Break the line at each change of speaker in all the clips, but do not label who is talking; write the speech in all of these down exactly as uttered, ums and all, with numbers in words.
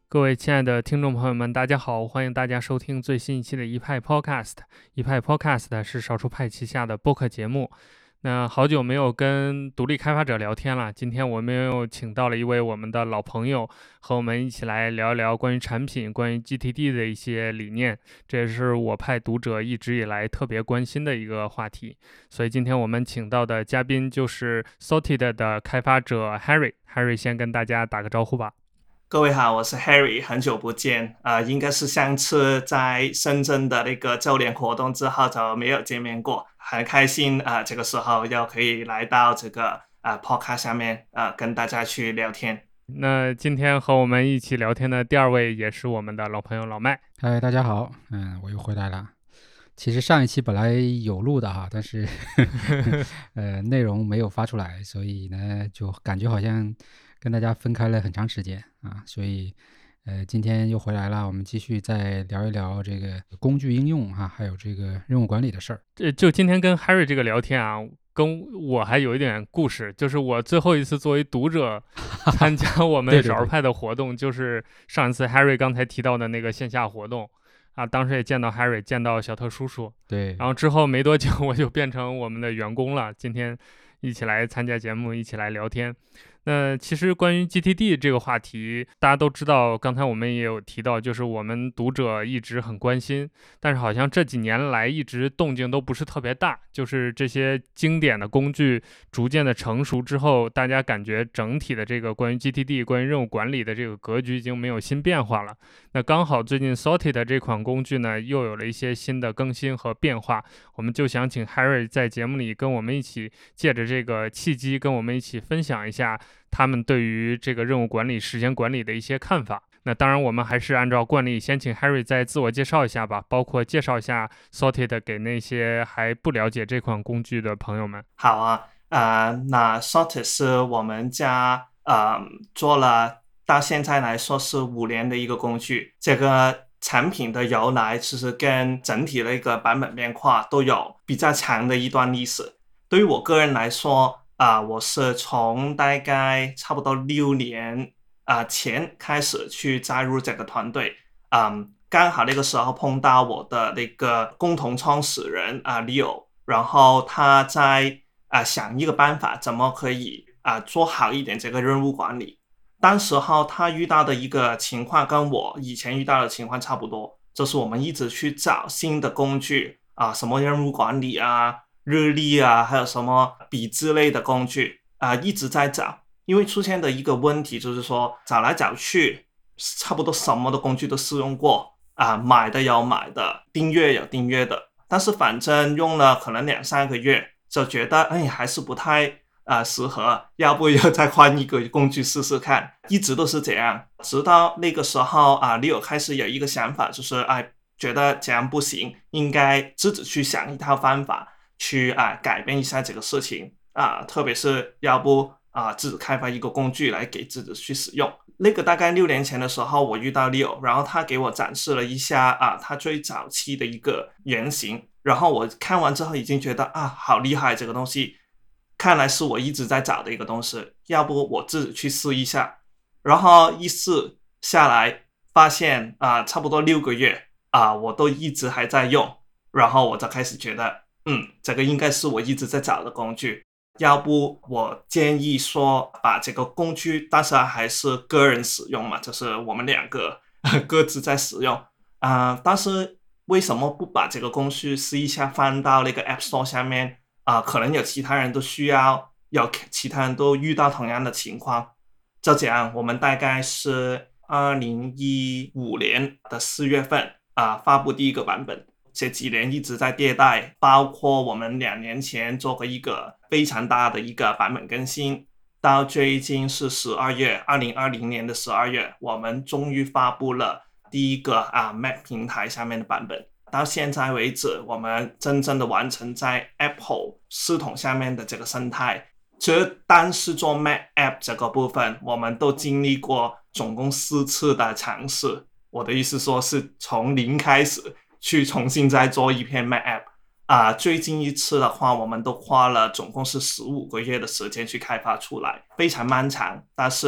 各位亲爱的听众朋友们，大家好，欢迎大家收听最新一期的一派 Podcast。一派 Podcast 是少数派旗下的播客节目。那好久没有跟独立开发者聊天了，今天我们又请到了一位我们的老朋友，和我们一起来聊一聊关于产品、关于 G T D 的一些理念。这也是我派读者一直以来特别关心的一个话题。所以今天我们请到的嘉宾就是 Sorted 的开发者 Harry。Harry 先跟大家打个招呼吧。
各位好，我是 Harry， 很久不见啊、呃，应该是上次在深圳的那个周年活动之后就没有见面过，很开心啊、呃，这个时候又可以来到这个啊、呃、podcast 上面啊、呃，跟大家去聊天。
那今天和我们一起聊天的第二位也是我们的老朋友老麦。
嗨，大家好，嗯，我又回来了。其实上一期本来有录的哈，但是呃内容没有发出来，所以呢就感觉好像跟大家分开了很长时间啊，所以呃今天又回来了，我们继续再聊一聊这个工具应用啊，还有这个任务管理的事儿。
这就今天跟 Harry 这个聊天啊，跟我还有一点故事，就是我最后一次作为读者参加我们少数派的活动，就是上一次 Harry 刚才提到的那个线下活动啊，当时也见到 Harry， 见到小特叔叔，
对，
然后之后没多久我就变成我们的员工了，今天一起来参加节目，一起来聊天。那其实关于 G T D 这个话题，大家都知道，刚才我们也有提到，就是我们读者一直很关心，但是好像这几年来一直动静都不是特别大，就是这些经典的工具逐渐的成熟之后，大家感觉整体的这个关于 G T D 关于任务管理的这个格局已经没有新变化了。那刚好最近 Sorted 这款工具呢又有了一些新的更新和变化，我们就想请 Harry 在节目里跟我们一起借着这个契机跟我们一起分享一下他们对于这个任务管理、时间管理的一些看法。那当然我们还是按照惯例先请 Harry 再自我介绍一下吧，包括介绍一下 Sorted 给那些还不了解这款工具的朋友们。
好啊，呃，那 Sorted 是我们家呃做了到现在来说是五年的一个工具，这个产品的由来其实跟整体的一个版本变化都有比较长的一段历史。对于我个人来说啊、呃，我是从大概差不多六年啊、呃、前开始去加入这个团队，嗯，刚好那个时候碰到我的那个共同创始人啊、呃、Leo， 然后他在啊、呃、想一个办法，怎么可以啊、呃、做好一点这个任务管理。当时候他遇到的一个情况跟我以前遇到的情况差不多，就是我们一直去找新的工具啊、呃，什么任务管理啊、日历啊，还有什么笔之类的工具啊、呃，一直在找。因为出现的一个问题就是说，找来找去，差不多什么的工具都试用过啊、呃，买的有买的，订阅有订阅的，但是反正用了可能两三个月，就觉得哎还是不太啊、呃，适合，要不要再换一个工具试试看？一直都是这样，直到那个时候啊，你有开始有一个想法，就是哎，觉得这样不行，应该自己去想一套方法，去啊改变一下这个事情啊，特别是要不啊自己开发一个工具来给自己去使用。那个大概六年前的时候，我遇到 Leo， 然后他给我展示了一下啊他最早期的一个原型，然后我看完之后已经觉得啊好厉害，这个东西。看来是我一直在找的一个东西，要不我自己去试一下。然后一试下来，发现啊、呃，差不多六个月啊、呃，我都一直还在用。然后我就开始觉得，嗯，这个应该是我一直在找的工具。要不我建议说，把这个工具，但是还是个人使用嘛，就是我们两个各自在使用啊、呃。但是为什么不把这个工具试一下放到那个 App Store 下面？啊、呃，可能有其他人都需要，有其他人都遇到同样的情况。就这样，我们大概是二零一五年的四月份啊、呃、发布第一个版本，这几年一直在迭代，包括我们两年前做过一个非常大的一个版本更新，到最近是十二月，二零二零年的十二月，我们终于发布了第一个啊 Mac 平台上面的版本。到现在为止，我们真正的完成在 Apple 系统下面的这个生态。其实单是做 Mac App 这个部分，我们都经历过总共四次的尝试。我的意思说是从零开始去重新再做一篇 Mac App。啊、呃，最近一次的话，我们都花了总共是十五个月的时间去开发出来，非常漫长。但是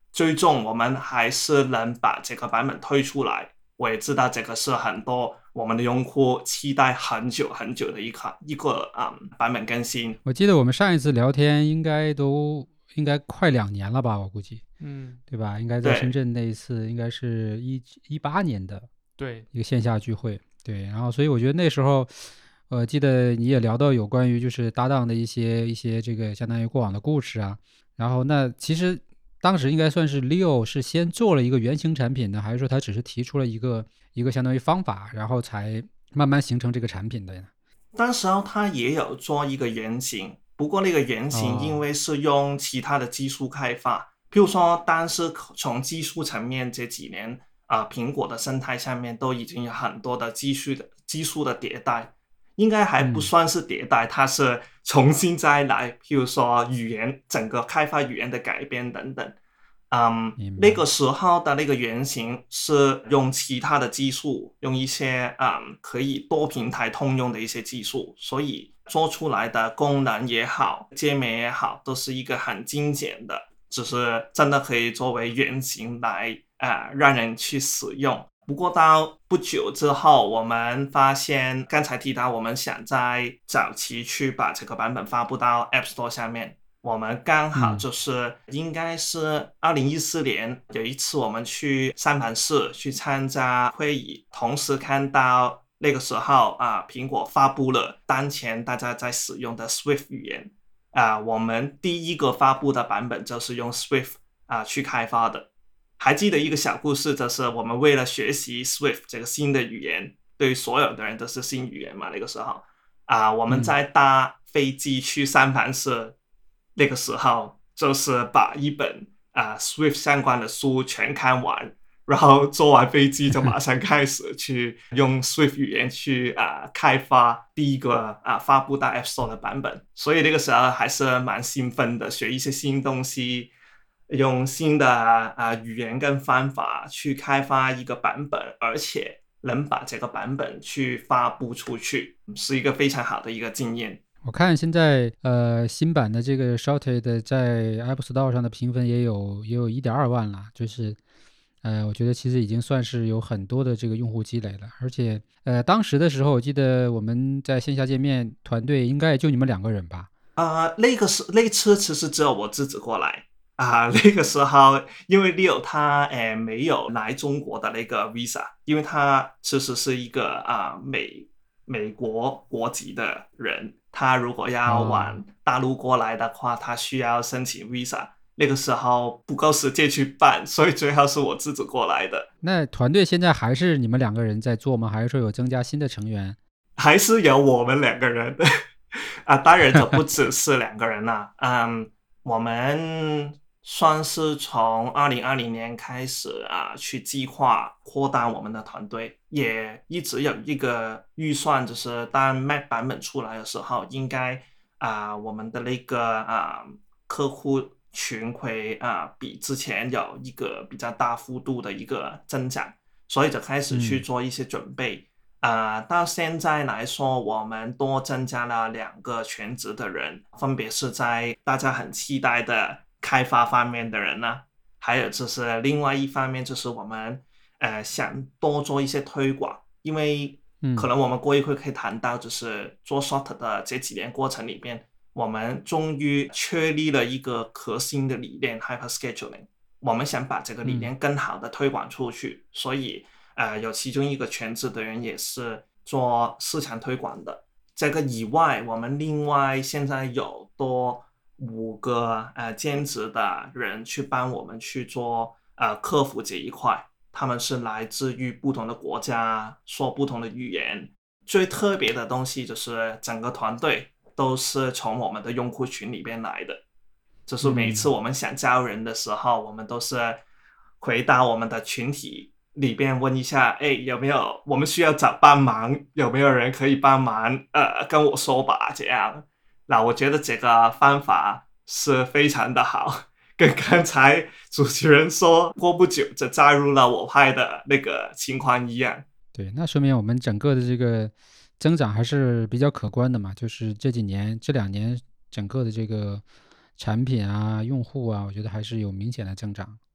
最终我们还是能把这个版本推出来。我也知道这个是很多我们的用户期待很久很久的一个一个、嗯、版本更新。
我记得我们上一次聊天应该都应该快两年了吧，我估计，
嗯，
对吧？应该在深圳那一次应该是一一八年的
对
一个线下聚会，对。然后所以我觉得那时候，呃，记得你也聊到有关于就是搭档的一些一些这个相当于过往的故事啊。然后那其实当时应该算是 Leo 是先做了一个原型产品呢，还是说他只是提出了一个一个相当于方法，然后才慢慢形成这个产品的呢？
当时候他也有做一个原型，不过那个原型因为是用其他的技术开发，哦、譬如说当时从技术层面这几年啊、呃，苹果的生态下面都已经有很多的技术的技术的迭代，应该还不算是迭代，嗯、它是重新再来，譬如说语言整个开发语言的改编等等。嗯，那个时候的那个原型是用其他的技术，用一些嗯可以多平台通用的一些技术，所以做出来的功能也好，界面也好，都是一个很精简的，只是真的可以作为原型来呃让人去使用。不过到不久之后，我们发现刚才提到我们想在早期去把这个版本发布到 App Store 下面。我们刚好就是应该是二零一四年有一次我们去三藩市去参加会议，同时看到那个时候啊，苹果发布了当前大家在使用的 Swift 语言啊，我们第一个发布的版本就是用 Swift 啊去开发的。还记得一个小故事，就是我们为了学习 Swift 这个新的语言，对于所有的人都是新语言嘛，那个时候啊，我们在搭飞机去三藩市。嗯那个时候就是把一本啊、呃、Swift 相关的书全看完，然后坐完飞机就马上开始去用 Swift 语言去啊、呃、开发第一个啊、呃、发布到 App Store 的版本，所以那个时候还是蛮兴奋的，学一些新东西，用新的啊、呃、语言跟方法去开发一个版本，而且能把这个版本去发布出去，是一个非常好的一个经验。
我看现在呃新版的这个 Shorted 在 App Store 上的评分也有也有 一点二万了，就是呃我觉得其实已经算是有很多的这个用户积累了，而且呃当时的时候我记得我们在线下见面团队应该也就你们两个人吧？
啊、呃，那个是那次其实只有我自己过来啊、呃，那个时候因为 Leo 他呃没有来中国的那个 visa， 因为他其实是一个啊、呃、美美国国籍的人。他如果要往大陆过来的话，他需要申请 visa， 那个时候不够时间去办，所以最后是我自己过来的。
那团队现在还是你们两个人在做吗？还是说有增加新的成员？
还是有我们两个人啊，当然这不只是两个人啦。嗯，我们算是从二零二零年开始啊，去计划扩大我们的团队，也一直有一个预算，就是当 Mac 版本出来的时候，应该啊，我们的那个啊客户群会啊比之前有一个比较大幅度的一个增长，所以就开始去做一些准备。嗯啊、呃，到现在来说，我们多增加了两个全职的人，分别是在大家很期待的开发方面的人呢，还有就是另外一方面就是我们呃想多做一些推广，因为可能我们过一会可以谈到，就是做 Short 的这几年过程里面，我们终于确立了一个核心的理念 Hyper Scheduling， 我们想把这个理念更好的推广出去，所以呃，有其中一个全职的人也是做市场推广的。这个以外，我们另外现在有多五个呃兼职的人去帮我们去做呃客服这一块，他们是来自于不同的国家，说不同的语言。最特别的东西就是整个团队都是从我们的用户群里边来的，就是每次我们想招人的时候，嗯、我们都是回到我们的群体里边问一下，哎，有没有我们需要找帮忙，有没有人可以帮忙？呃，跟我说吧，这样。那我觉得这个方法是非常的好，跟刚才主持人说过不久就加入了我派的那个情况一样。
对，那说明我们整个的这个增长还是比较可观的嘛，就是这几年这两年整个的这个产品啊用户啊，我觉得还是有明显的增长。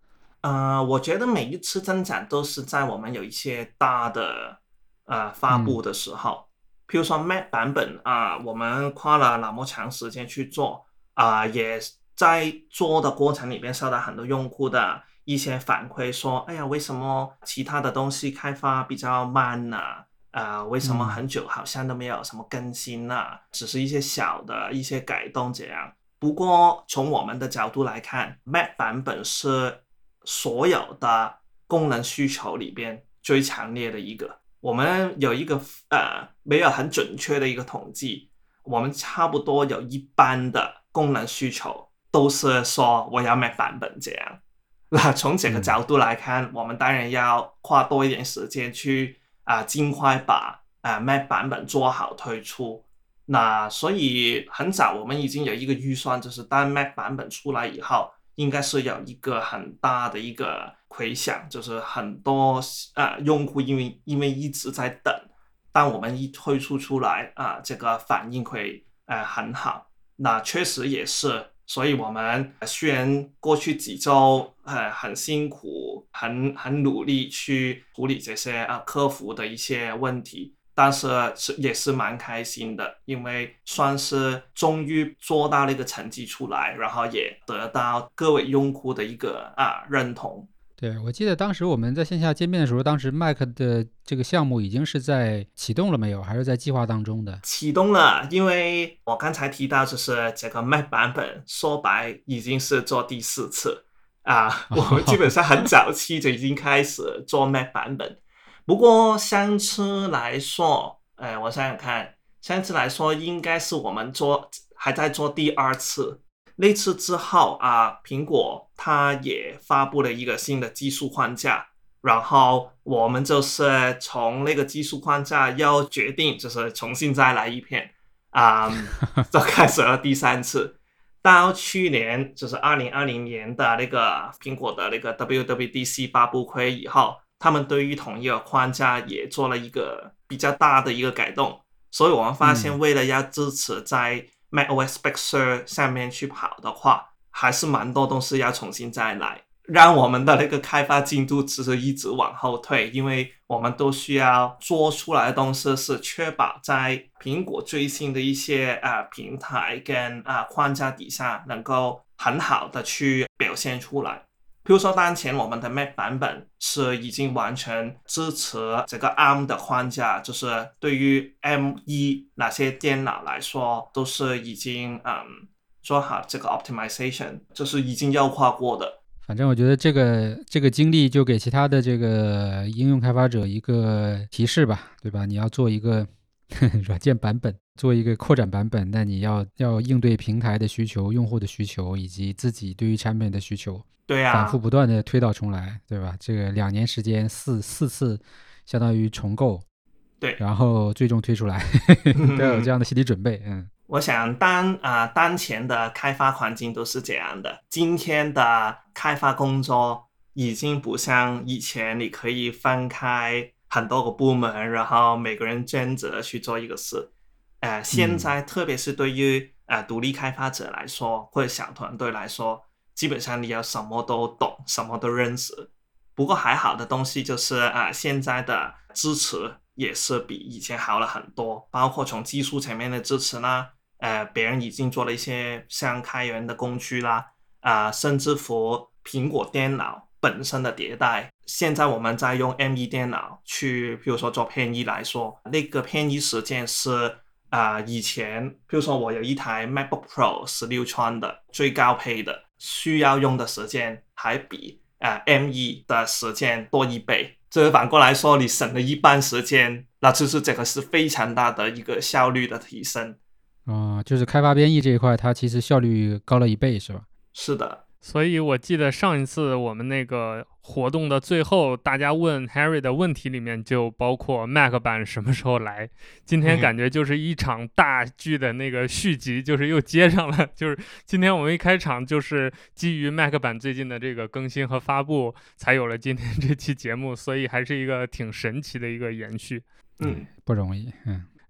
呃，我觉得每一次增长都是在我们有一些大的呃发布的时候，譬如说 Mac 版本啊、我们花了那么长时间去做啊、也在做的过程里边收到很多用户的一些反馈，说，哎呀，为什么其他的东西开发比较慢呢、呃，为什么很久好像都没有什么更新呢、只是一些小的一些改动这样。不过从我们的角度来看 ，Mac 版本是所有的功能需求里边最强烈的一个。我们有一个呃没有很准确的一个统计，我们差不多有一半的功能需求都是说我要 Mac 版本这样。那从这个角度来看，嗯、我们当然要花多一点时间去啊、呃、尽快把啊、呃、Mac 版本做好推出。那所以很早我们已经有一个预算，就是当 Mac 版本出来以后，应该是有一个很大的一个回响，就是很多呃用户因为因为一直在等，当我们一推出出来啊、呃，这个反应会呃很好。那确实也是，所以我们虽然过去几周呃很辛苦，很很努力去处理这些啊、呃、客服的一些问题。但是是也是蛮开心的，因为算是终于做到了一个成绩出来，然后也得到各位用户的一个啊认同。
对，我记得当时我们在线下见面的时候，当时 Mac 的这个项目已经是在启动了没有，还是在计划当中的？
启动了，因为我刚才提到，就是这个 Mac 版本说白已经是做第四次啊，我们基本上很早期就已经开始做 Mac 版本。不过上次来说，呃，我想想看，上次来说应该是我们做还在做第二次。那次之后啊，苹果它也发布了一个新的技术框架，然后我们就是从那个技术框架又决定就是重新再来一遍啊、嗯，就开始了第三次。到去年就是二零二零年的那个苹果的那个 W W D C 发布会以后，他们对于同一个框架也做了一个比较大的一个改动，所以我们发现为了要支持在 macOS Big Sur 上面去跑的话，还是蛮多东西要重新再来，让我们的那个开发进度其实一直往后退，因为我们都需要做出来的东西是确保在苹果最新的一些啊、呃、平台跟啊、呃、框架底下能够很好的去表现出来。比如说当前我们的 Mac 版本是已经完全支持这个 A R M 的框架，就是对于 M 一 哪些电脑来说都是已经嗯做好这个 optimization， 就是已经优化过的。
反正我觉得这个这个经历就给其他的这个应用开发者一个提示吧，对吧？你要做一个软件版本，做一个扩展版本，那你要要应对平台的需求、用户的需求以及自己对于产品的需求。
对啊，
反复不断的推倒重来，对吧？这个两年时间四四次，相当于重构，
对，
然后最终推出来，都有这样的心理准备。嗯，
我想当啊、呃、当前的开发环境都是这样的。今天的开发工作已经不像以前，你可以分开很多个部门，然后每个人兼职去做一个事。呃，现在特别是对于呃独立开发者来说，或者小团队来说，基本上你要什么都懂，什么都认识。不过还好的东西就是啊、呃，现在的支持也是比以前好了很多，包括从技术层面的支持啦，呃，别人已经做了一些像开源的工具啦，啊、呃，甚至乎苹果电脑本身的迭代。现在我们在用 M 一 电脑去，比如说做编译来说，那个编译时间是啊、呃，以前比如说我有一台 MacBook Pro 十六寸的最高配的，需要用的时间还比呃 M 一 的时间多一倍。这反过来说，你省了一半时间，那就是这个是非常大的一个效率的提升。
啊、呃，就是开发编译这一块，它其实效率高了一倍，是吧？
是的。
所以我记得上一次我们那个活动的最后，大家问 Harry 的问题里面就包括 Mac 版什么时候来。今天感觉就是一场大剧的那个续集，就是又接上了。就是今天我们一开场就是基于 Mac 版最近的这个更新和发布，才有了今天这期节目，所以还是一个挺神奇的一个延续。
嗯，
不容易。嗯。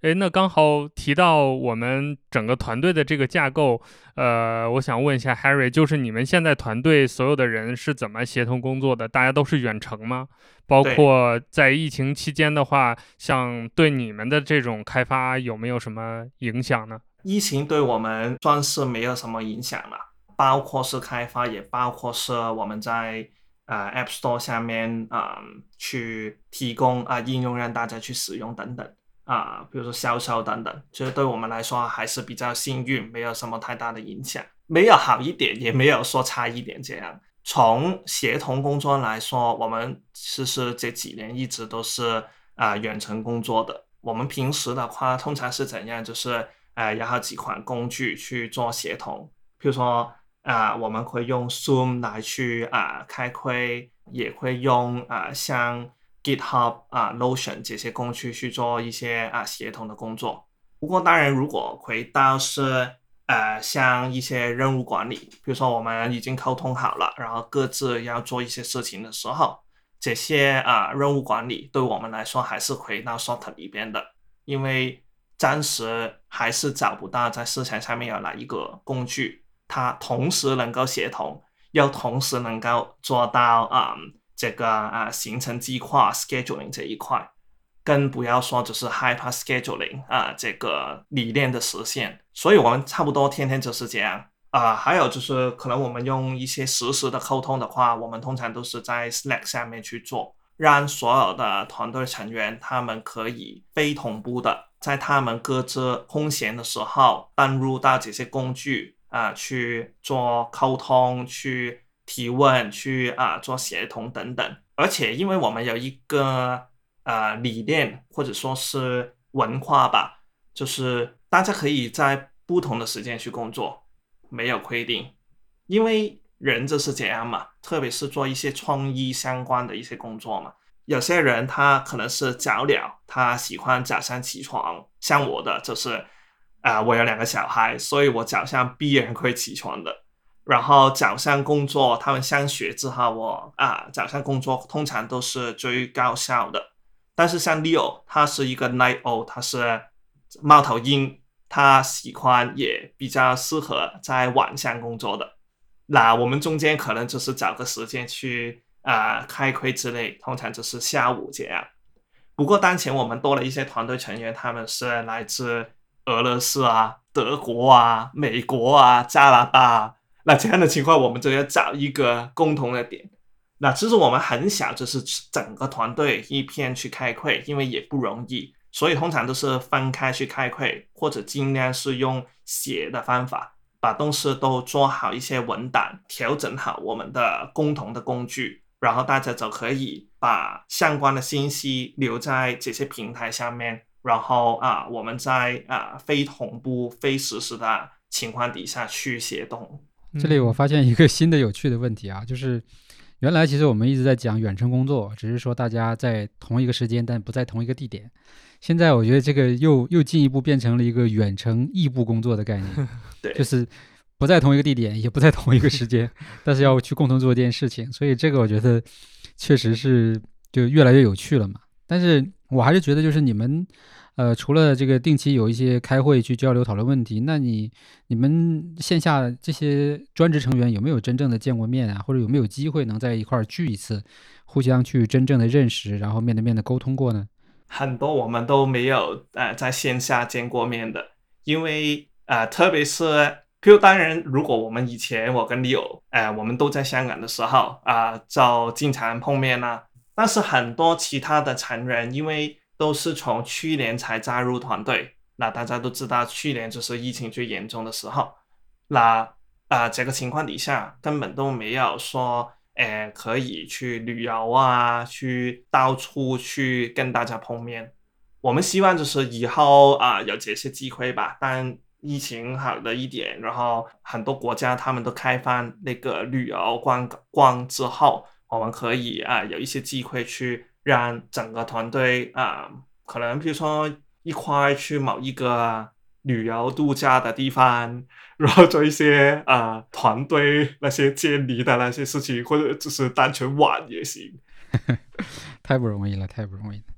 诶，那刚好提到我们整个团队的这个架构，呃，我想问一下 Harry， 就是你们现在团队所有的人是怎么协同工作的？大家都是远程吗？包括在疫情期间的话，像对你们的这种开发有没有什么影响呢？
疫情对我们算是没有什么影响了，包括是开发，也包括是我们在呃 App Store 下面啊、呃、去提供啊、呃、应用让大家去使用等等啊、呃，比如说销售等等，这对我们来说还是比较幸运，没有什么太大的影响，没有好一点，也没有说差一点这样。从协同工作来说，我们其实这几年一直都是啊、呃、远程工作的。我们平时的话，通常是怎样？就是呃，有好几款工具去做协同，比如说啊、呃，我们会用 Zoom 来去啊、呃、开会，也会用啊、呃、像 GitHub 啊、呃、Notion 这些工具去做一些啊、呃、协同的工作。不过当然，如果回到是呃像一些任务管理，比如说我们已经沟通好了，然后各自要做一些事情的时候，这些啊、呃、任务管理对我们来说还是回到 Sort 里边的，因为暂时还是找不到在市场上面有哪一个工具，它同时能够协同，又同时能够做到啊、嗯、这个啊行程计划 scheduling 这一块，更不要说就是 hyper scheduling 啊这个理念的实现。所以我们差不多天天就是这样啊、呃。还有就是可能我们用一些实时的沟通的话，我们通常都是在 Slack 下面去做，让所有的团队成员他们可以非同步的在他们各自空闲的时候登入到这些工具啊、呃，去做沟通，去提问，去啊、呃、做协同等等。而且因为我们有一个呃理念或者说是文化吧，就是大家可以在不同的时间去工作，没有规定，因为人就是这样嘛，特别是做一些创意相关的一些工作嘛。有些人他可能是早鸟，他喜欢早上起床，像我的就是啊、呃，我有两个小孩，所以我早上必然会起床的。然后早上工作，他们上学之后，我啊早上工作通常都是最高效的。但是像 Leo， 他是一个 night owl， 他是猫头鹰，他喜欢也比较适合在晚上工作的。那我们中间可能就是找个时间去啊、呃、开会之类，通常就是下午这样。不过当前我们多了一些团队成员，他们是来自俄罗斯啊、德国啊、美国啊、加拿大啊，那这样的情况我们就要找一个共同的点。那其实我们很小，就是整个团队一片去开会，因为也不容易，所以通常都是分开去开会，或者尽量是用写的方法，把东西都做好一些文档，调整好我们的共同的工具，然后大家就可以把相关的信息留在这些平台上面，然后啊，我们在啊非同步、非实时的情况底下去协同。
这里我发现一个新的有趣的问题啊，就是原来其实我们一直在讲远程工作，只是说大家在同一个时间，但不在同一个地点。现在我觉得这个又又进一步变成了一个远程异步工作的概念，
对，
就是不在同一个地点，也不在同一个时间，但是要去共同做一件事情。所以这个我觉得确实是就越来越有趣了嘛。但是我还是觉得就是你们呃，除了这个定期有一些开会去交流讨论问题，那你你们线下这些专职成员有没有真正的见过面啊？或者有没有机会能在一块儿聚一次，互相去真正的认识，然后面对面的沟通过呢？
很多我们都没有呃在线下见过面的，因为呃特别是譬如当然如果我们以前我跟 Leo 呃我们都在香港的时候啊、呃，就经常碰面啦、啊。但是很多其他的成员因为都是从去年才加入团队，那大家都知道去年就是疫情最严重的时候，那啊、呃、这个情况底下根本都没有说呃可以去旅游啊，去到处去跟大家碰面。我们希望就是以后啊、呃、有这些机会吧，但疫情好了一点，然后很多国家他们都开放那个旅游观光之后，我们可以啊、呃、有一些机会去让整个团队啊、呃，可能比如说一块去某一个旅游度假的地方，然后做一些啊、呃、团队那些建立的那些事情，或者只是单纯玩也行。
太不容易了，太不容易了。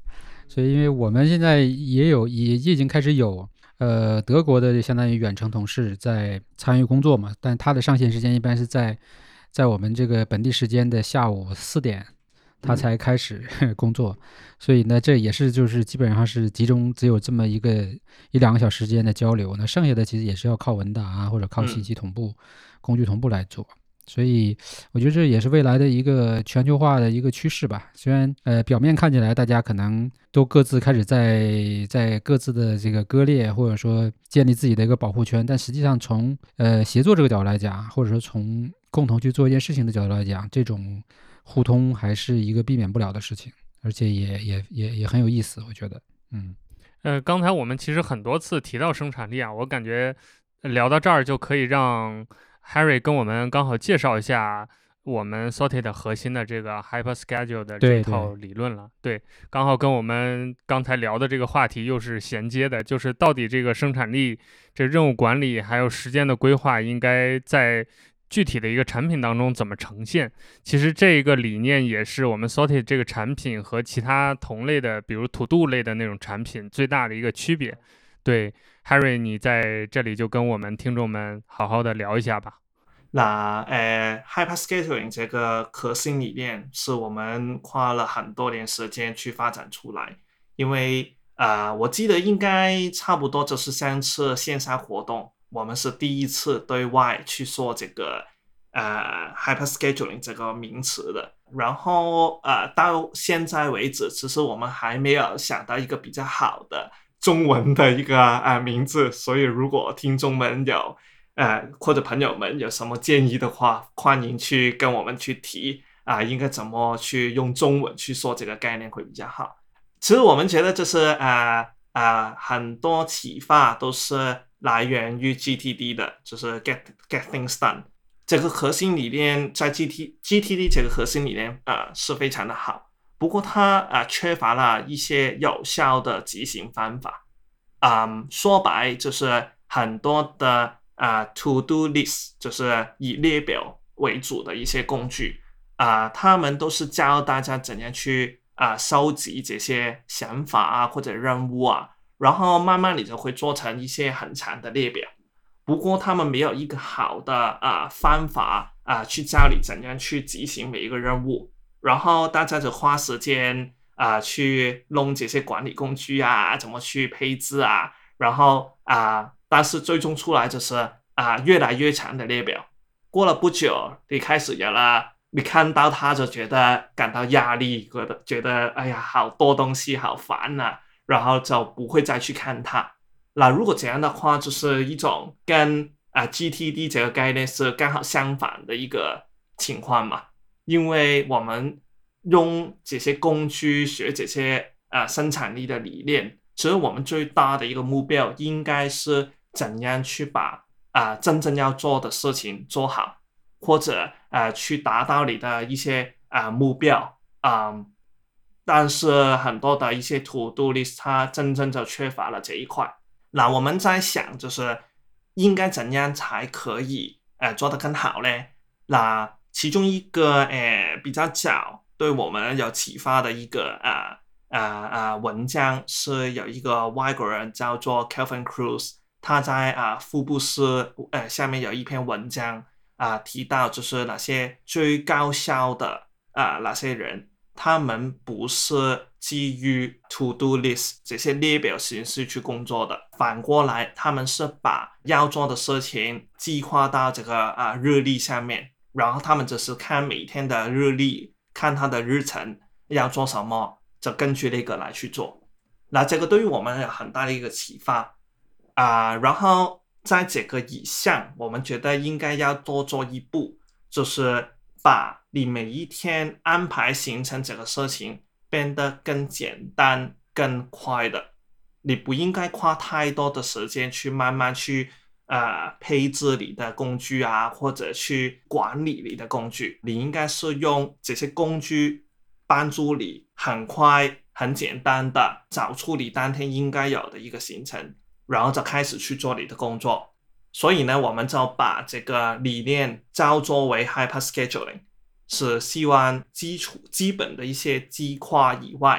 所以因为我们现在也有也已经开始有呃德国的相当于远程同事在参与工作嘛，但他的上线时间一般是在在我们这个本地时间的下午四点他才开始工作，所以呢这也是就是基本上是集中只有这么一个一两个小时时间的交流，那剩下的其实也是要靠文档啊或者靠信息同步、嗯、工具同步来做。所以我觉得这也是未来的一个全球化的一个趋势吧。虽然呃表面看起来大家可能都各自开始在在各自的这个割裂或者说建立自己的一个保护圈，但实际上从呃协作这个角度来讲，或者说从共同去做一件事情的角度来讲，这种互通还是一个避免不了的事情，而且也也也也很有意思，我觉得。嗯，
呃，刚才我们其实很多次提到生产力啊，我感觉聊到这儿就可以让Harry 跟我们刚好介绍一下我们 Sorted 核心的这个 Hyperschedule 的这套理论了。对, 对, 对，刚好跟我们刚才聊的这个话题又是衔接的，就是到底这个生产力、这任务管理还有时间的规划应该在具体的一个产品当中怎么呈现。其实这个理念也是我们 Sorted 这个产品和其他同类的比如 To Do 类的那种产品最大的一个区别。对，Harry 你在这里就跟我们听众们好好的聊一下吧。
那呃 Hyperscheduling 这个核心理念是我们花了很多年时间去发展出来，因为呃我记得应该差不多就是三次线下活动，我们是第一次对外去说这个呃 Hyperscheduling 这个名词的。然后呃到现在为止，其实我们还没有想到一个比较好的中文的一个呃名字，所以如果听众们有呃或者朋友们有什么建议的话，欢迎去跟我们去提啊、呃，应该怎么去用中文去说这个概念会比较好。其实我们觉得就是呃呃很多启发都是来源于 G T D 的，就是 get get things done 这个核心理念，在 G T G T D 这个核心理念呃是非常的好，不过它呃缺乏了一些有效的执行方法。嗯，说白就是很多的啊、呃、to do list 就是以列表为主的一些工具啊、呃，他们都是教大家怎样去啊、呃、收集这些想法啊或者任务啊，然后慢慢你就会做成一些很长的列表。不过他们没有一个好的啊、呃、方法啊、呃、去教你怎样去执行每一个任务，然后大家就花时间啊、呃、去弄这些管理工具啊，怎么去配置啊，然后啊、呃，但是最终出来就是啊、呃、越来越长的列表。过了不久，你开始有了，你看到它就觉得感到压力，觉得觉得哎呀好多东西好烦啊，然后就不会再去看它。那如果这样的话，就是一种跟啊、呃、G T D 这个概念是刚好相反的一个情况嘛，因为我们用这些工具学这些啊、呃、生产力的理念，其实我们最大的一个目标应该是怎样去把啊、呃、真正要做的事情做好，或者啊、呃、去达到你的一些啊、呃、目标啊、呃。但是很多的一些 to do list 它真正就缺乏了这一块。那我们在想就是应该怎样才可以呃做得更好呢？那其中一个呃比较早对我们有启发的一个啊啊啊文章是有一个外国人叫做 Kelvin Cruz， 他在啊福布斯呃下面有一篇文章啊提到就是那些最高效的啊那些人，他们不是基于 to do list 这些列表形式去工作的，反过来他们是把要做的事情计划到这个啊日历上面，然后他们只是看每天的日历，看他的日程要做什么，就根据那个来去做。那这个对于我们有很大的一个启发啊、呃。然后在这个以上，我们觉得应该要多做一步，就是把你每一天安排行程这个事情变得更简单更快的。你不应该花太多的时间去慢慢去呃配置你的工具啊，或者去管理你的工具。你应该是用这些工具帮助你很快很简单的找出你当天应该有的一个行程，然后就开始去做你的工作。所以呢，我们就把这个理念叫作为 Hyperscheduling， 是希望基础基本的一些计划以外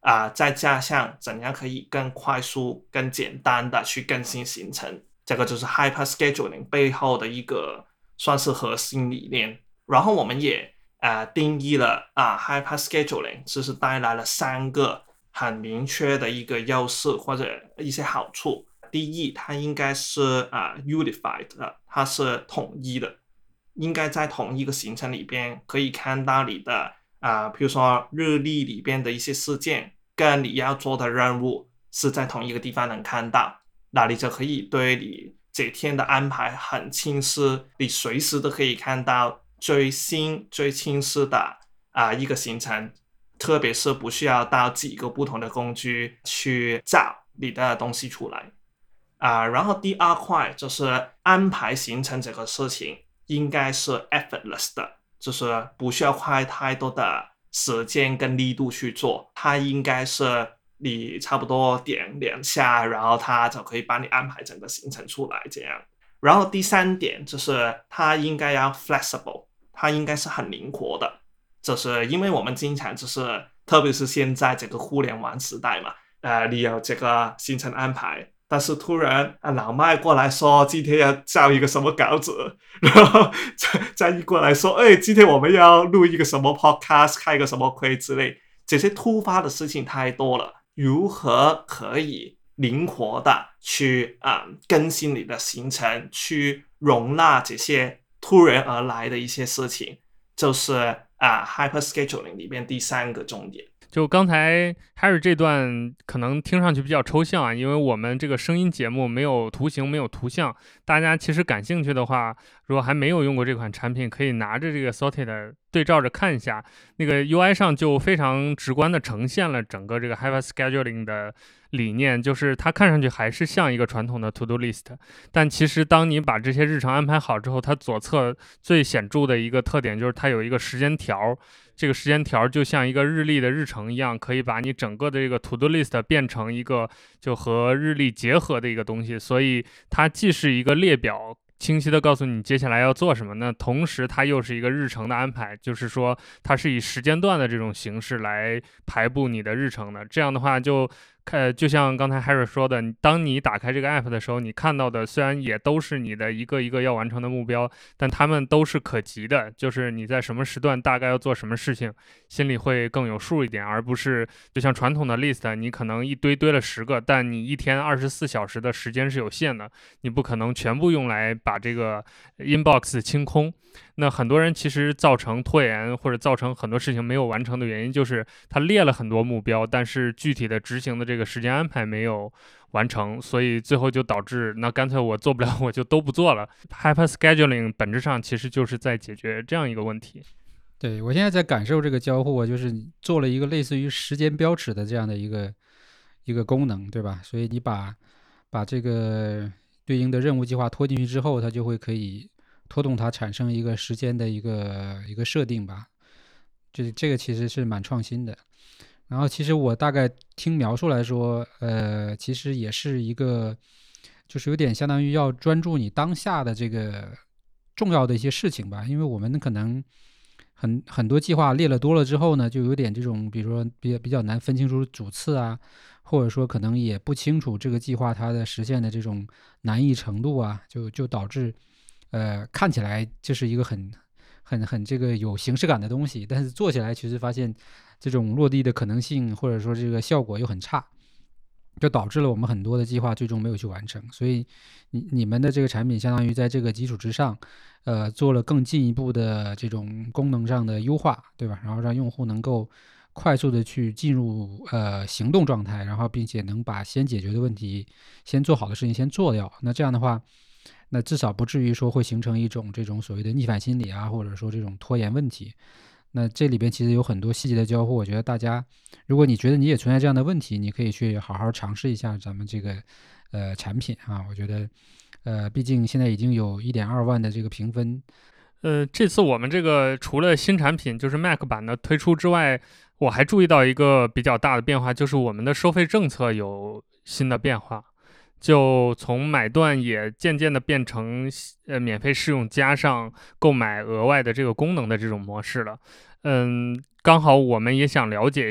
啊、呃，再加上怎样可以更快速、更简单的去更新行程，这个就是 Hyperscheduling 背后的一个算是核心理念。然后我们也呃定义了啊、呃、Hyperscheduling 就是带来了三个很明确的一个优势或者一些好处。第一，它应该是啊、呃、unified 的，它是统一的，应该在同一个行程里边可以看到你的啊、呃，比如说日历里边的一些事件跟你要做的任务是在同一个地方能看到，那你就可以对你这天的安排很清晰，你随时都可以看到最新最清晰的啊、呃、一个行程，特别是不需要到几个不同的工具去找你的东西出来啊、呃。然后第二块就是安排行程这个事情应该是 effortless 的，就是不需要花太多的时间跟力度去做，它应该是你差不多点两下，然后它就可以帮你安排整个行程出来这样。然后第三点就是它应该要 flexible， 它应该是很灵活的，就是因为我们经常就是特别是现在这个互联网时代嘛，呃，你有这个行程安排，但是突然啊老麦过来说今天要交一个什么稿子，然后再一过来说哎今天我们要录一个什么 podcast 开一个什么会之类，这些突发的事情太多了，如何可以灵活的去啊、嗯、更新你的行程，去容纳这些突然而来的一些事情，就是啊 Hyperscheduling 里面第三个重点。
就刚才 Harry 这段可能听上去比较抽象啊，因为我们这个声音节目没有图形没有图像，大家其实感兴趣的话，如果还没有用过这款产品，可以拿着这个 Sorted 对照着看一下，那个 U I 上就非常直观的呈现了整个这个 Hyperscheduling 的理念，就是它看上去还是像一个传统的 To Do List， 但其实当你把这些日程安排好之后，它左侧最显著的一个特点就是它有一个时间条，这个时间条就像一个日历的日程一样，可以把你整个的这个 To Do List 变成一个就和日历结合的一个东西，所以它既是一个列表，清晰的告诉你接下来要做什么，那同时它又是一个日程的安排，就是说它是以时间段的这种形式来排布你的日程的。这样的话就呃，就像刚才 Harry 说的，当你打开这个 app 的时候，你看到的虽然也都是你的一个一个要完成的目标，但它们都是可及的，就是你在什么时段大概要做什么事情，心里会更有数一点，而不是就像传统的 list， 你可能一堆堆了十个，但你一天二十四小时的时间是有限的，你不可能全部用来把这个 inbox 清空。那很多人其实造成拖延或者造成很多事情没有完成的原因，就是他列了很多目标，但是具体的执行的这个时间安排没有完成，所以最后就导致那干脆我做不了我就都不做了。 Hyperscheduling 本质上其实就是在解决这样一个问题。
对，我现在在感受这个交互，就是做了一个类似于时间标尺的这样的一个一个功能，对吧？所以你把把这个对应的任务计划拖进去之后，它就会可以拖动它产生一个时间的一个一个设定吧，这这个其实是蛮创新的。然后其实我大概听描述来说，呃，其实也是一个，就是有点相当于要专注你当下的这个重要的一些事情吧，因为我们可能很很多计划列了多了之后呢，就有点这种，比如说比较比较难分清楚主次啊，或者说可能也不清楚这个计划它的实现的这种难易程度啊，就就导致。呃，看起来就是一个很、很、很这个有形式感的东西，但是做起来其实发现这种落地的可能性或者说这个效果又很差，就导致了我们很多的计划最终没有去完成。所以你你们的这个产品相当于在这个基础之上，呃，做了更进一步的这种功能上的优化，对吧？然后让用户能够快速的去进入呃行动状态，然后并且能把先解决的问题、先做好的事情先做掉。那这样的话。那至少不至于说会形成一种这种所谓的逆反心理啊，或者说这种拖延问题。那这里边其实有很多细节的交互，我觉得大家，如果你觉得你也存在这样的问题，你可以去好好尝试一下咱们这个呃产品啊。我觉得呃，毕竟现在已经有一点二万的这个评分。
呃，这次我们这个除了新产品就是 Mac 版的推出之外，我还注意到一个比较大的变化，就是我们的收费政策有新的变化。就从买断也渐渐的变成呃免费试用加上购买额外的这个功能的这种模式了。嗯，刚好我们也想了解一下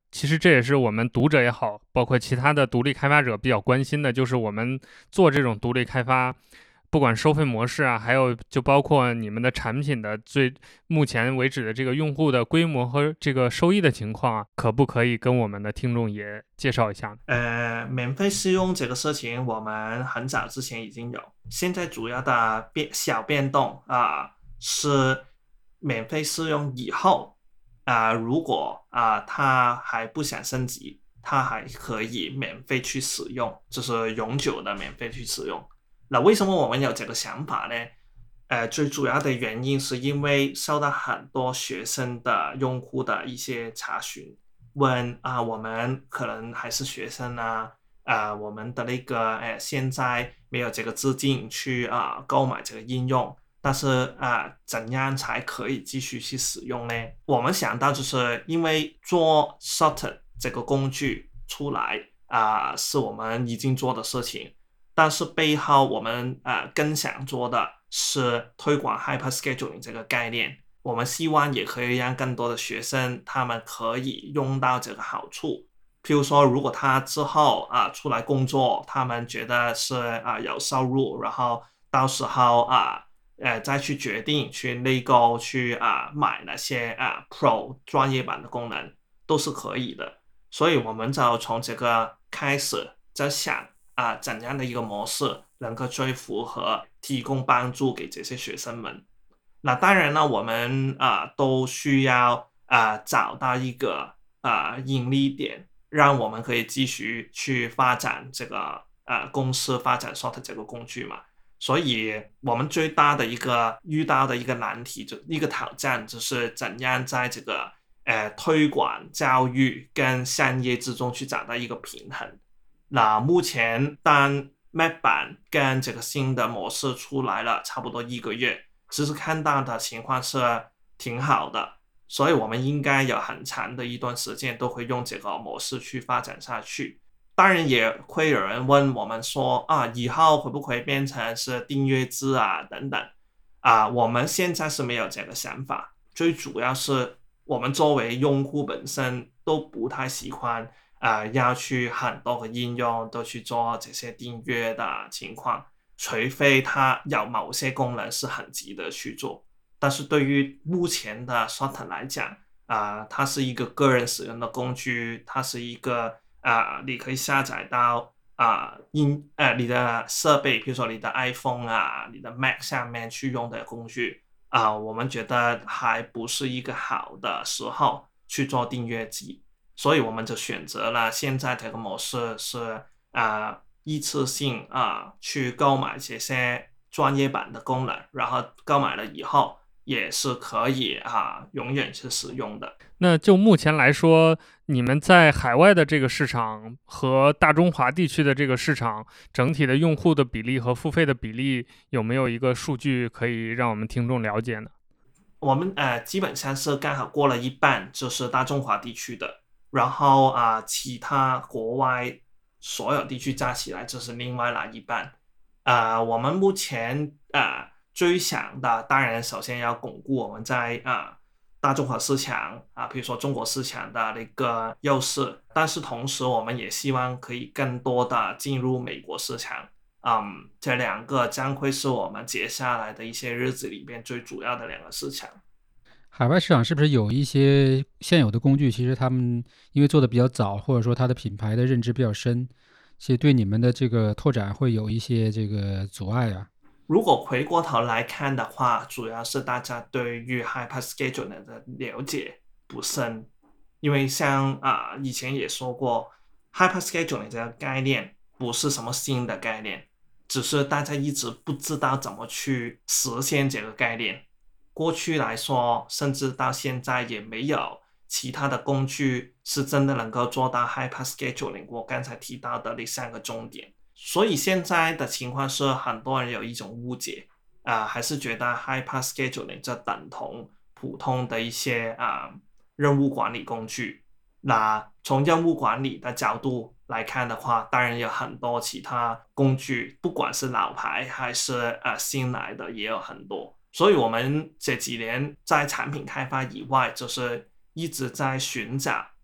其实这也是我们读者也好，包括其他的独立开发者比较关心的，就是我们做这种独立开发，不管收费模式啊，还有就包括你们的产品的最目前为止的这个用户的规模和这个收益的情况啊，可不可以跟我们的听众也介绍一下呢？
呃，免费试用这个事情，我们很早之前已经有，现在主要的变小变动啊、是免费试用以后啊、如果啊、他还不想升级，他还可以免费去使用，就是永久的免费去使用。那为什么我们有这个想法呢？呃，最主要的原因是因为受到很多学生的用户的一些查询，问啊，我们可能还是学生啊，啊，我们的那个，呃，现在没有这个资金去啊购买这个应用，但是啊，怎样才可以继续去使用呢？我们想到就是因为做 Shorter 这个工具出来啊，是我们已经做的事情。但是背后我们呃更想做的是推广 hyperscheduling 这个概念，我们希望也可以让更多的学生他们可以用到这个好处。譬如说，如果他之后啊、呃、出来工作，他们觉得是啊、呃、有收入，然后到时候啊呃再去决定去内购去啊、呃、买那些啊、呃、Pro 专业版的功能都是可以的。所以我们就从这个开始在想。啊，怎样的一个模式能够最符合提供帮助给这些学生们？那当然呢，我们啊都需要啊找到一个啊盈利点，让我们可以继续去发展这个啊公司发展 Shorter 这个工具嘛。所以我们最大的一个遇到的一个难题，就一个挑战，就是怎样在这个呃推广教育跟商业之中去找到一个平衡。那目前当 Mac 版跟这个新的模式出来了差不多一个月，其实看到的情况是挺好的，所以我们应该有很长的一段时间都会用这个模式去发展下去。当然也会有人问我们说啊，以后会不会变成是订阅制啊等等啊？我们现在是没有这个想法，最主要是我们作为用户本身都不太喜欢啊、呃，要去很多个应用都去做这些订阅的情况，除非它有某些功能是很急的去做。但是对于目前的 Shorter 来讲，啊、呃，它是一个个人使用的工具，它是一个啊、呃，你可以下载到啊、呃、音呃你的设备，比如说你的 iPhone 啊、你的 Mac 上面去用的工具啊、呃，我们觉得还不是一个好的时候去做订阅制。所以我们就选择了现在这个模式是啊、呃、一次性啊、呃、去购买这些专业版的功能，然后购买了以后也是可以啊、呃、永远去使用的。
那就目前来说，你们在海外的这个市场和大中华地区的这个市场整体的用户的比例和付费的比例，有没有一个数据可以让我们听众了解呢？
我们呃基本上是刚好过了一半，就是大中华地区的。然后啊、呃，其他国外所有地区加起来就是另外那一半。啊、呃，我们目前啊、呃、最想的，当然首先要巩固我们在啊、呃、大中华市场啊，比如说中国市场的那个优势，但是同时我们也希望可以更多的进入美国市场。嗯，这两个将会是我们接下来的一些日子里边最主要的两个市场。
海外市场是不是有一些现有的工具，其实他们因为做的比较早，或者说它的品牌的认知比较深，其实对你们的这个拓展会有一些这个阻碍啊？
如果回过头来看的话，主要是大家对于 hyperscheduling 的了解不深，因为像啊、呃、以前也说过 hyperscheduling 这个概念不是什么新的概念，只是大家一直不知道怎么去实现这个概念。过去来说，甚至到现在也没有其他的工具是真的能够做到 hyperscheduling 我刚才提到的那三个重点。所以现在的情况是，很多人有一种误解啊、呃，还是觉得 hyperscheduling 这等同普通的一些啊、呃、任务管理工具。那从任务管理的角度来看的话，当然有很多其他工具，不管是老牌还是呃新来的也有很多。所以我们这几年在产品开发以外，就是一直在寻找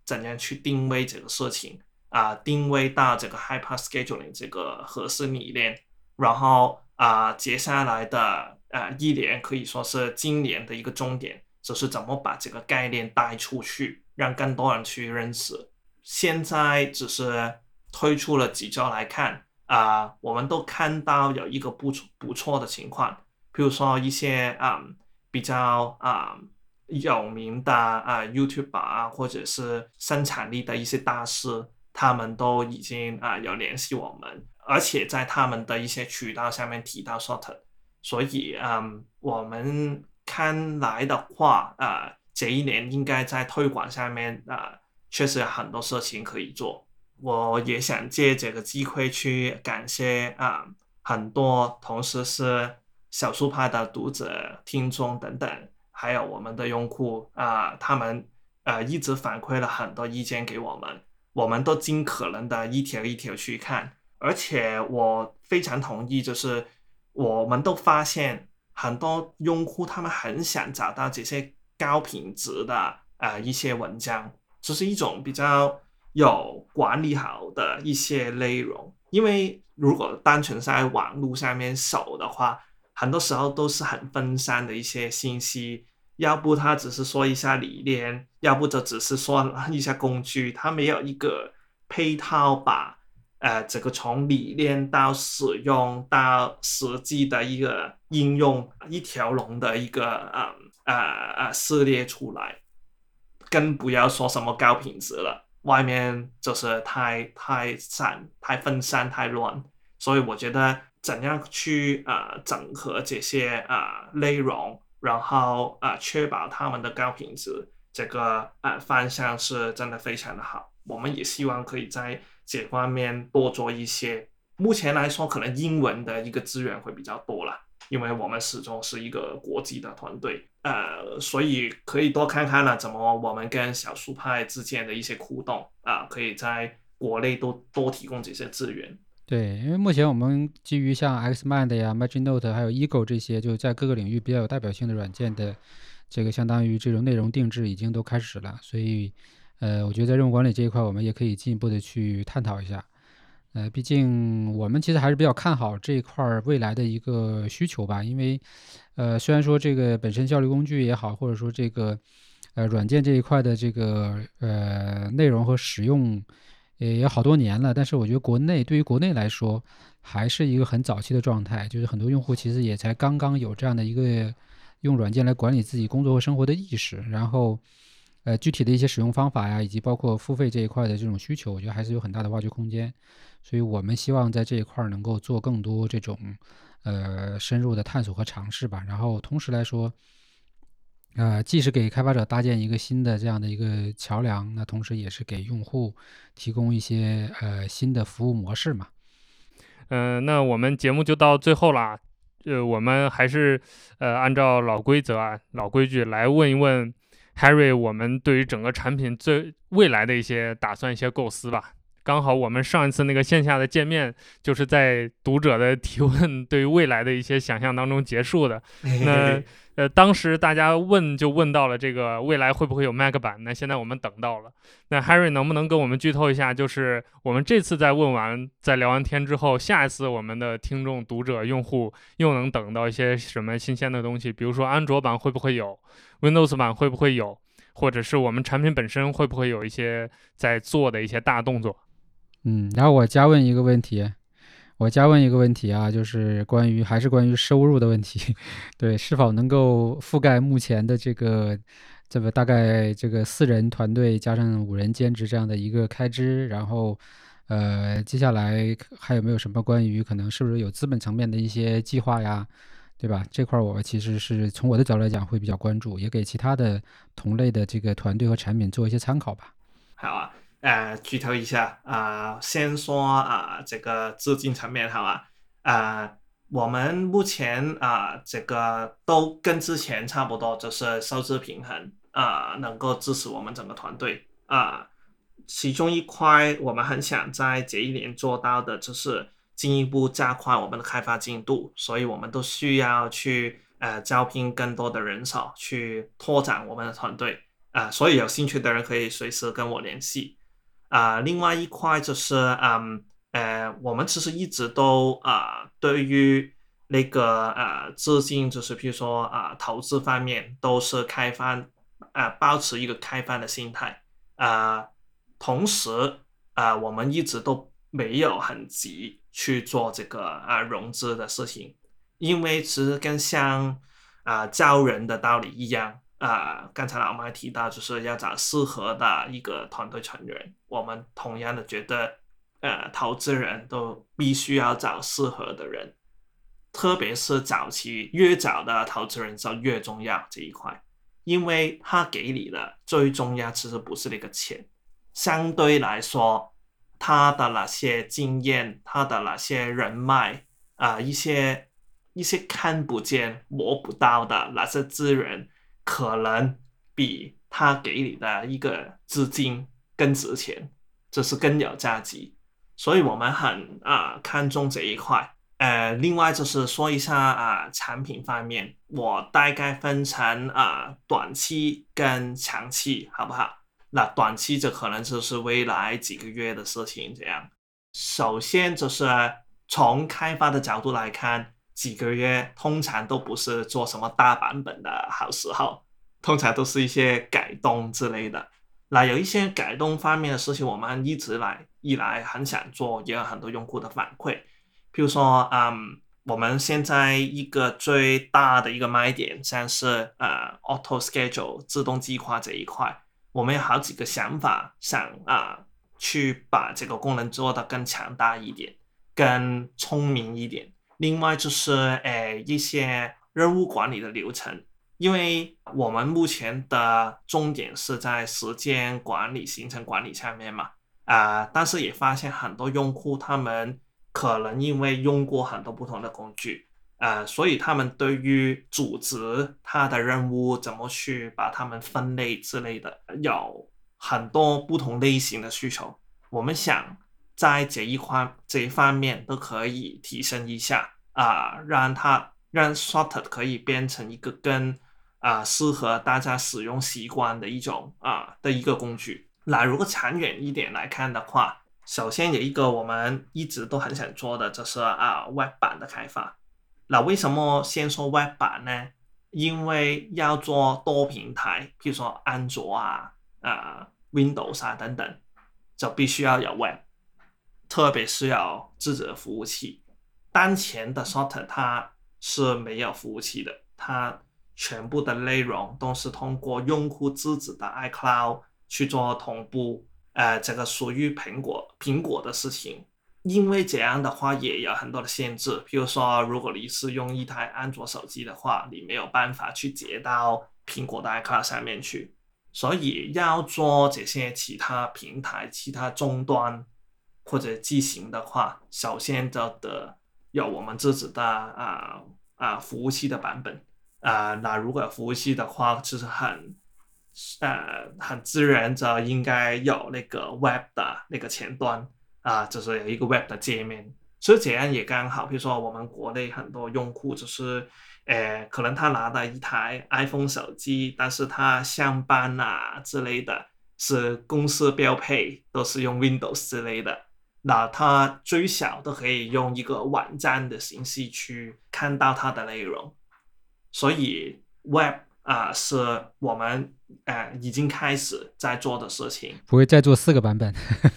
怎样去定位这个事情啊、呃，定位到这个 hyper scheduling 这个核心理念，然后啊、呃，接下来的呃一年可以说是今年的一个重点，就是怎么把这个概念带出去，让更多人去认识。现在只是推出了几周来看啊、呃，我们都看到有一个不不错的情况，比如说一些嗯比较啊、嗯、有名的啊、呃、YouTuber 啊，或者是生产力的一些大师，他们都已经啊、呃、有联系我们，而且在他们的一些渠道上面提到 Shorter， 所以嗯我们看来的话啊、呃、这一年应该在推广上面啊、呃、确实有很多事情可以做。我也想借这个机会去感谢啊、呃、很多同时是小树派的读者、听众等等，还有我们的用户啊、呃，他们呃一直反馈了很多意见给我们，我们都尽可能的一条一条去看，而且我非常同意，就是我们都发现很多用户他们很想找到这些高品质的呃一些文章，这是一种比较有管理好的一些内容，因为如果单纯在网络上面搜的话，很多时候都是很分散的一些信息，要不他只是说一下理念，要不就只是说一下工具，他没有一个配套把呃这个从理念到使用到实际的一个应用一条龙的一个呃呃呃撕裂出来，更不要说什么高品质了，外面就是太太散、太分散、太乱，所以我觉得怎样去呃整合这些呃内容，然后呃确保他们的高品质，这个呃方向是真的非常的好。我们也希望可以在这方面多做一些。目前来说，可能英文的一个资源会比较多啦，因为我们始终是一个国际的团队，呃，所以可以多看看了怎么我们跟小树派之间的一些互动啊、呃，可以在国内多多提供这些资源。
对，因为目前我们基于像 Xmind 呀、MaginNote 还有 Ego 这些，就在各个领域比较有代表性的软件的这个相当于这种内容定制已经都开始了，所以呃，我觉得在任务管理这一块，我们也可以进一步的去探讨一下。呃，毕竟我们其实还是比较看好这一块未来的一个需求吧，因为呃，虽然说这个本身效率工具也好，或者说这个呃软件这一块的这个呃内容和使用也有好多年了，但是我觉得国内对于国内来说还是一个很早期的状态，就是很多用户其实也才刚刚有这样的一个用软件来管理自己工作和生活的意识，然后呃具体的一些使用方法呀，以及包括付费这一块的这种需求，我觉得还是有很大的挖掘空间。所以我们希望在这一块能够做更多这种呃深入的探索和尝试吧。然后同时来说，呃，既是给开发者搭建一个新的这样的一个桥梁，那同时也是给用户提供一些呃新的服务模式嘛。
嗯、呃，那我们节目就到最后啦。呃，我们还是呃按照老规则啊、老规矩来问一问 Harry， 我们对于整个产品最未来的一些打算、一些构思吧。刚好我们上一次那个线下的见面，就是在读者的提问对于未来的一些想象当中结束的。那呃，当时大家问就问到了这个未来会不会有 Mac 版，那现在我们等到了。那 Harry 能不能跟我们剧透一下，就是我们这次在问完、在聊完天之后，下一次我们的听众、读者、用户又能等到一些什么新鲜的东西？比如说安卓版会不会有 ，Windows 版会不会有，或者是我们产品本身会不会有一些在做的一些大动作？
嗯，然后我加问一个问题，我加问一个问题啊，就是关于还是关于收入的问题，对，是否能够覆盖目前的这个这个大概这个四人团队加上五人兼职这样的一个开支，然后呃，接下来还有没有什么关于可能是不是有资本层面的一些计划呀？对吧？这块我其实是从我的角度来讲会比较关注，也给其他的同类的这个团队和产品做一些参考吧。
好啊。呃，剧透一下啊、呃，先说啊、呃，这个资金层面好吧，啊、呃，我们目前啊、呃，这个都跟之前差不多，就是收支平衡啊、呃，能够支持我们整个团队啊、呃。其中一块我们很想在这一年做到的，就是进一步加快我们的开发进度，所以我们都需要去呃招聘更多的人手，去拓展我们的团队。 啊、所以有兴趣的人可以随时跟我联系啊、另外一块就是嗯呃，我们其实一直都啊、对于那个呃资金，就是比如说啊、投资方面都是开放啊、保持一个开放的心态啊、同时啊、我们一直都没有很急去做这个啊、融资的事情，因为其实跟像啊、招人的道理一样。啊、刚才老麦提到，就是要找适合的一个团队成员。我们同样的觉得，呃，投资人都必须要找适合的人，特别是早期越早的投资人就越重要这一块，因为他给你的最重要其实不是那个钱，相对来说，他的那些经验，他的那些人脉啊、一些一些看不见摸不到的那些资源。可能比他给你的一个资金更值钱，这是更有价值，所以我们很啊、看重这一块。呃，另外就是说一下啊、产品方面，我大概分成啊、短期跟长期，好不好？那短期就可能就是未来几个月的事情，这样。首先就是从开发的角度来看，几个月通常都不是做什么大版本的好时候，通常都是一些改动之类的。那有一些改动方面的事情，我们一直来以来很想做，也有很多用户的反馈。譬如说，嗯，我们现在一个最大的一个卖点，像是呃 auto schedule 自动计划这一块，我们有好几个想法，想啊、呃、去把这个功能做得更强大一点，更聪明一点。另外就是呃一些任务管理的流程，因为我们目前的重点是在时间管理、行程管理上面嘛，啊、呃，但是也发现很多用户他们可能因为用过很多不同的工具，呃，所以他们对于组织他的任务怎么去把它们分类之类的，有很多不同类型的需求。我们想在这一块这一方面都可以提升一下啊、呃，让它让 Sorted 可以变成一个更啊、呃、适合大家使用习惯的一种啊、呃、的一个工具。那如果长远一点来看的话，首先有一个我们一直都很想做的，就是啊 Web 版的开发。那为什么先说 Web 版呢？因为要做多平台，譬如说安卓啊、啊 Windows 啊等等，就必须要有 Web， 特别是有自己的服务器。当前的 Sorted 它是没有服务器的，它全部的内容都是通过用户自己的 iCloud 去做同步，呃，这个属于苹果苹果的事情。因为这样的话也有很多的限制，譬如说，如果你是用一台安卓手机的话，你没有办法去接到苹果的 iCloud 上面去，所以要做这些其他平台、其他终端或者机型的话，首先就得有我们自己的啊啊服务器的版本啊。那如果有服务器的话，其实很呃很自然就应该有那个 Web 的那个前端。啊，就是有一个 Web 的界面，所以这样也刚好。比如说，我们国内很多用户就是，呃，可能他拿到一台 iPhone 手机，但是他上班啊之类的，是公司标配，都是用 Windows 之类的。那他最小都可以用一个网站的形式去看到它的内容，所以 Web 啊、呃、是我们呃已经开始在做的事情。
不会再做四个版本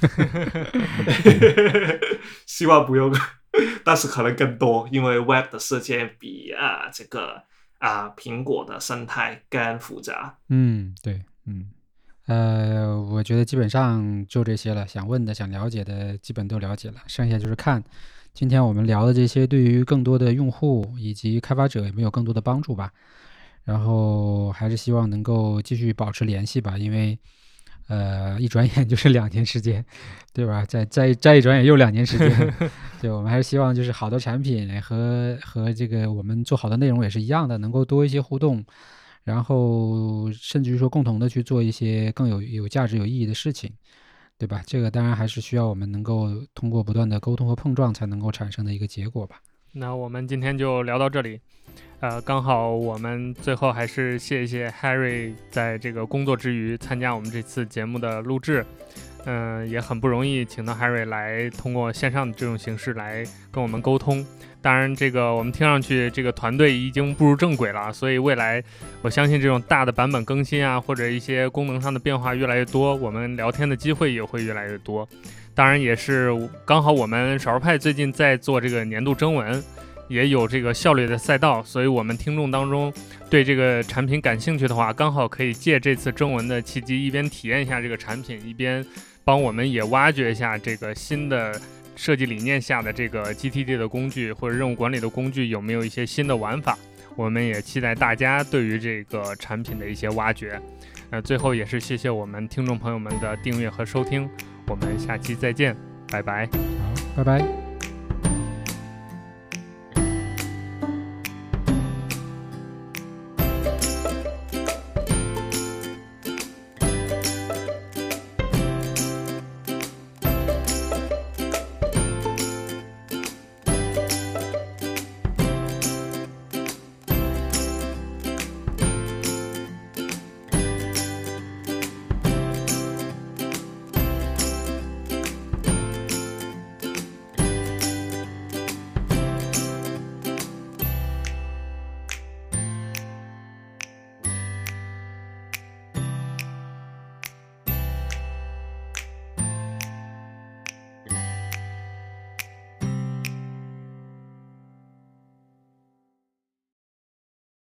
希望不用，但是可能更多，因为 Web 的世界比啊、呃、这个啊、呃、苹果的生态更复杂。
嗯，对，嗯，呃，我觉得基本上就这些了，想问的、想了解的，基本都了解了，剩下就是看今天我们聊的这些对于更多的用户以及开发者有没有更多的帮助吧。然后还是希望能够继续保持联系吧，因为呃一转眼就是两年时间，对吧？再再再一转眼又两年时间，对，我们还是希望就是好的产品和和这个我们做好的内容也是一样的，能够多一些互动，然后甚至于说共同的去做一些更有有价值、有意义的事情，对吧？这个当然还是需要我们能够通过不断的沟通和碰撞才能够产生的一个结果吧。
那我们今天就聊到这里。呃，刚好我们最后还是谢一谢 Harry 在这个工作之余参加我们这次节目的录制。嗯、呃，也很不容易请到 Harry 来通过线上的这种形式来跟我们沟通。当然，这个我们听上去这个团队已经步入正轨了，所以未来我相信这种大的版本更新啊，或者一些功能上的变化越来越多，我们聊天的机会也会越来越多。当然，也是刚好我们少数派最近在做这个年度征文。也有这个效率的赛道，所以我们听众当中对这个产品感兴趣的话，刚好可以借这次征文的契机，一边体验一下这个产品，一边帮我们也挖掘一下这个新的设计理念下的这个 G T D 的工具或者任务管理的工具有没有一些新的玩法。我们也期待大家对于这个产品的一些挖掘。呃，最后也是谢谢我们听众朋友们的订阅和收听，我们下期再见，拜拜。
好，拜拜。